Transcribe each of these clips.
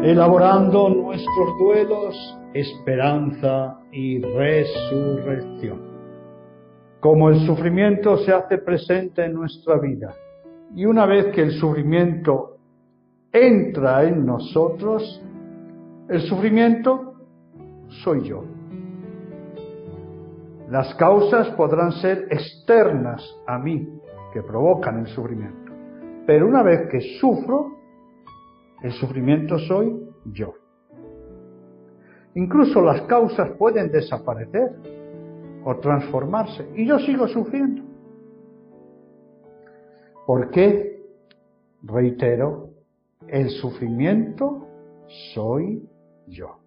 elaborando nuestros duelos, esperanza y resurrección. Como el sufrimiento se hace presente en nuestra vida, y una vez que el sufrimiento entra en nosotros, el sufrimiento soy yo. Las causas podrán ser externas a mí, que provocan el sufrimiento, pero una vez que sufro, el sufrimiento soy yo. Incluso las causas pueden desaparecer o transformarse y yo sigo sufriendo. ¿Por qué? Reitero, el sufrimiento soy yo.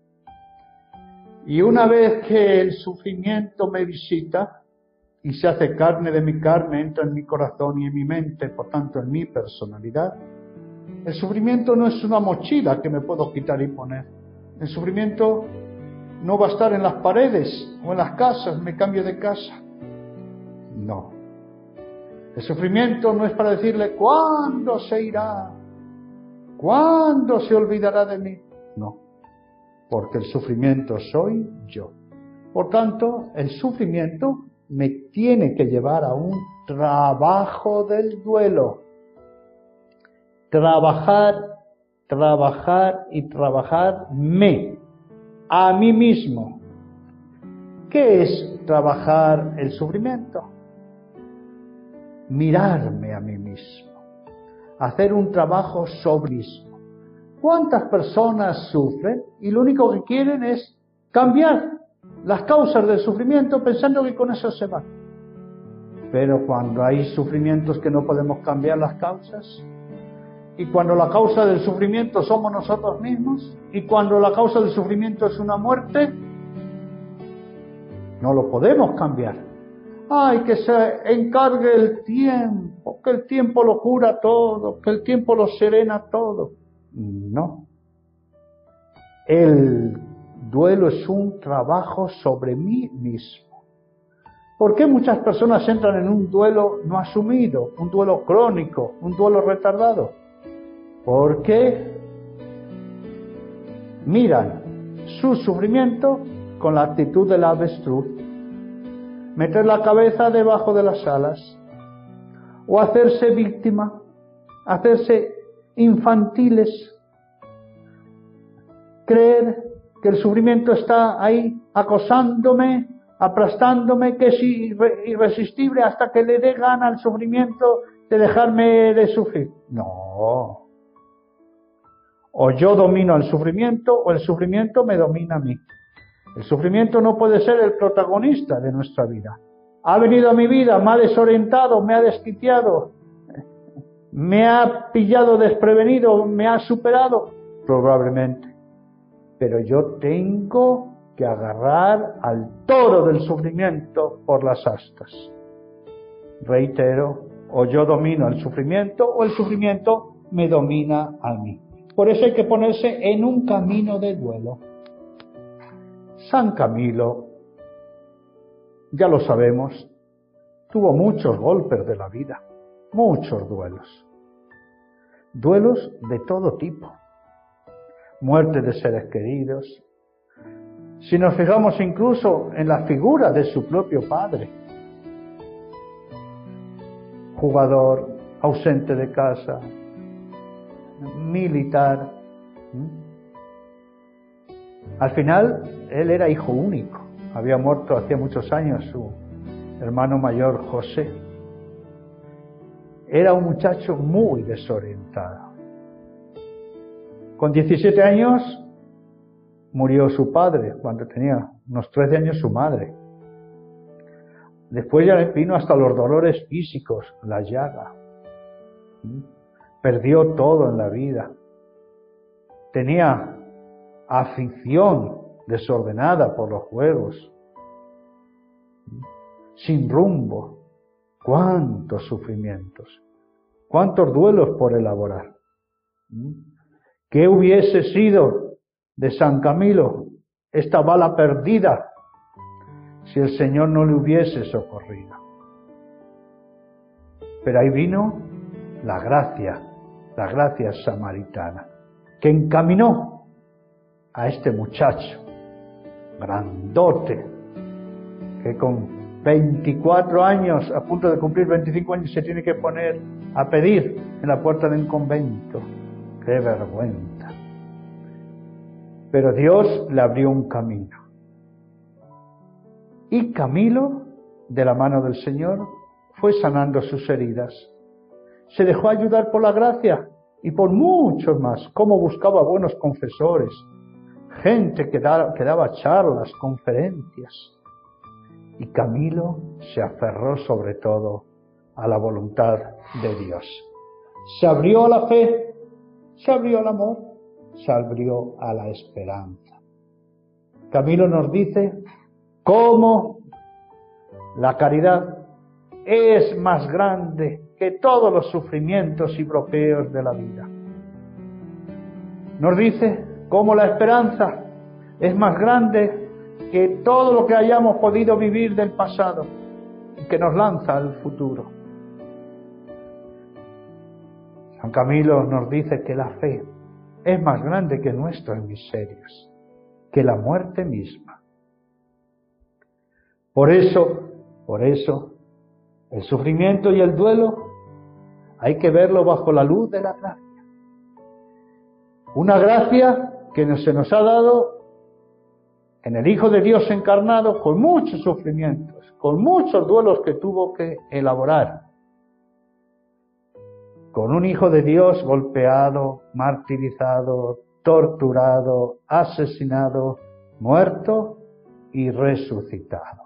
Y una vez que el sufrimiento me visita y se hace carne de mi carne, entra en mi corazón y en mi mente, por tanto en mi personalidad, el sufrimiento no es una mochila que me puedo quitar y poner. El sufrimiento no va a estar en las paredes o en las casas, me cambio de casa. No. El sufrimiento no es para decirle ¿cuándo se irá? ¿Cuándo se olvidará de mí? No. Porque el sufrimiento soy yo. Por tanto, el sufrimiento me tiene que llevar a un trabajo del duelo. Trabajar y trabajarme a mí mismo. ¿Qué es trabajar el sufrimiento? Mirarme a mí mismo. Hacer un trabajo sobre mí mismo. ¿Cuántas personas sufren y lo único que quieren es cambiar las causas del sufrimiento pensando que con eso se va? Pero cuando hay sufrimientos que no podemos cambiar las causas, y cuando la causa del sufrimiento somos nosotros mismos, y cuando la causa del sufrimiento es una muerte, no lo podemos cambiar. ¡Ay, que se encargue el tiempo! Que el tiempo lo cura todo, que el tiempo lo serena todo. No. El duelo es un trabajo sobre mí mismo. ¿Por qué muchas personas entran en un duelo no asumido, un duelo crónico, un duelo retardado? Porque miran su sufrimiento con la actitud del avestruz. Meter la cabeza debajo de las alas. O hacerse víctima. Hacerse infantiles. Creer que el sufrimiento está ahí acosándome, aplastándome, que es irresistible hasta que le dé gana al sufrimiento de dejarme de sufrir. No. O yo domino al sufrimiento o el sufrimiento me domina a mí. El sufrimiento no puede ser el protagonista de nuestra vida. Ha venido a mi vida, me ha desorientado, me ha desquiciado, me ha pillado desprevenido, me ha superado, probablemente. Pero yo tengo que agarrar al toro del sufrimiento por las astas. Reitero, o yo domino al sufrimiento o el sufrimiento me domina a mí. Por eso hay que ponerse en un camino de duelo. San Camilo, ya lo sabemos, tuvo muchos golpes de la vida, muchos duelos. Duelos de todo tipo. Muerte de seres queridos. Si nos fijamos incluso en la figura de su propio padre. Jugador, ausente de casa, militar. Al final, él era hijo único. Había muerto hacía muchos años su hermano mayor, José. Era un muchacho muy desorientado. Con 17 años murió su padre, cuando tenía unos 13 años su madre. Después ya vino hasta los dolores físicos, la llaga. Perdió todo en la vida. Tenía afición desordenada por los juegos. Sin rumbo. Cuántos sufrimientos. Cuántos duelos por elaborar. ¿Qué hubiese sido de San Camilo esta bala perdida si el Señor no le hubiese socorrido? Pero ahí vino la gracia samaritana. que encaminó a este muchacho grandote, que con 24 años, a punto de cumplir 25 años, se tiene que poner a pedir en la puerta de un convento. ¡Qué vergüenza! Pero Dios le abrió un camino. Y Camilo, de la mano del Señor, fue sanando sus heridas. Se dejó ayudar por la gracia y por muchos más. Cómo buscaba buenos confesores, gente que daba charlas, conferencias. Y Camilo se aferró sobre todo a la voluntad de Dios. Se abrió a la fe, se abrió al amor, se abrió a la esperanza. Camilo nos dice cómo la caridad es más grande que todos los sufrimientos y bloqueos de la vida. Nos dice cómo la esperanza es más grande que todo lo que hayamos podido vivir del pasado y que nos lanza al futuro. San Camilo nos dice que la fe es más grande que nuestras miserias, que la muerte misma. Por eso, el sufrimiento y el duelo hay que verlo bajo la luz de la gracia. Una gracia que se nos ha dado en el Hijo de Dios encarnado, con muchos sufrimientos, con muchos duelos que tuvo que elaborar, con un Hijo de Dios golpeado, martirizado, torturado, asesinado, muerto y resucitado.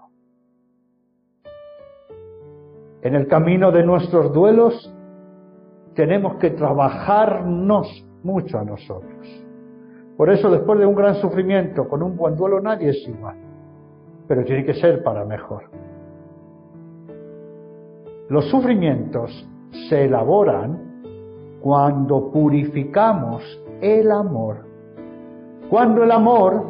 En el camino de nuestros duelos tenemos que trabajarnos mucho a nosotros. Por eso, después de un gran sufrimiento, con un buen duelo, nadie es igual. Pero tiene que ser para mejor. Los sufrimientos se elaboran cuando purificamos el amor. Cuando el amor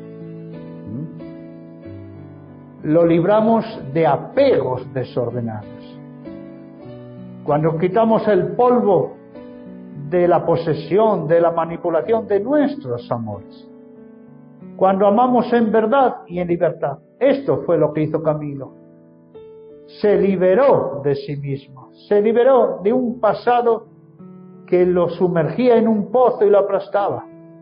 lo libramos de apegos desordenados. Cuando quitamos el polvo de la posesión, de la manipulación de nuestros amores. Cuando amamos en verdad y en libertad. Esto fue lo que hizo Camilo. Se liberó de sí mismo. Se liberó de un pasado que lo sumergía en un pozo y lo aplastaba.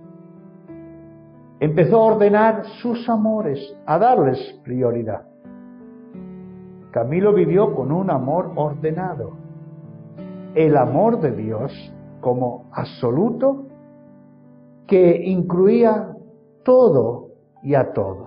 Empezó a ordenar sus amores, a darles prioridad. Camilo vivió con un amor ordenado. El amor de Dios como absoluto que incluía todo y a todos.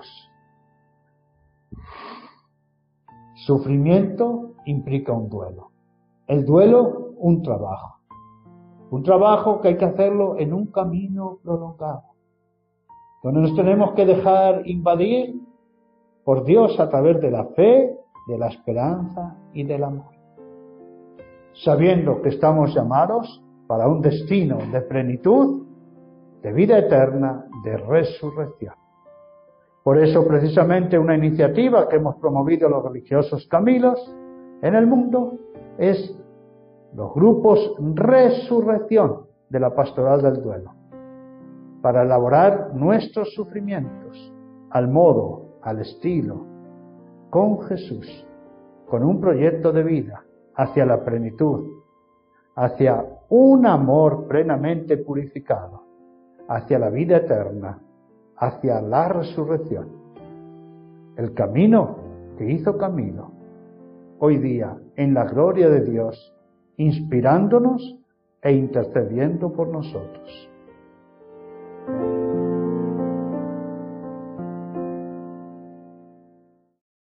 Sufrimiento implica un duelo. El duelo, un trabajo. Un trabajo que hay que hacerlo en un camino prolongado, donde nos tenemos que dejar invadir por Dios a través de la fe, de la esperanza y del amor. Sabiendo que estamos llamados para un destino de plenitud, de vida eterna, de resurrección. Por eso, precisamente, una iniciativa que hemos promovido los religiosos Camilos en el mundo es los grupos Resurrección de la Pastoral del Duelo, para elaborar nuestros sufrimientos al modo, al estilo, con Jesús, con un proyecto de vida hacia la plenitud, hacia un amor plenamente purificado, hacia la vida eterna, hacia la resurrección. El camino que hizo Camilo, hoy día en la gloria de Dios, inspirándonos e intercediendo por nosotros.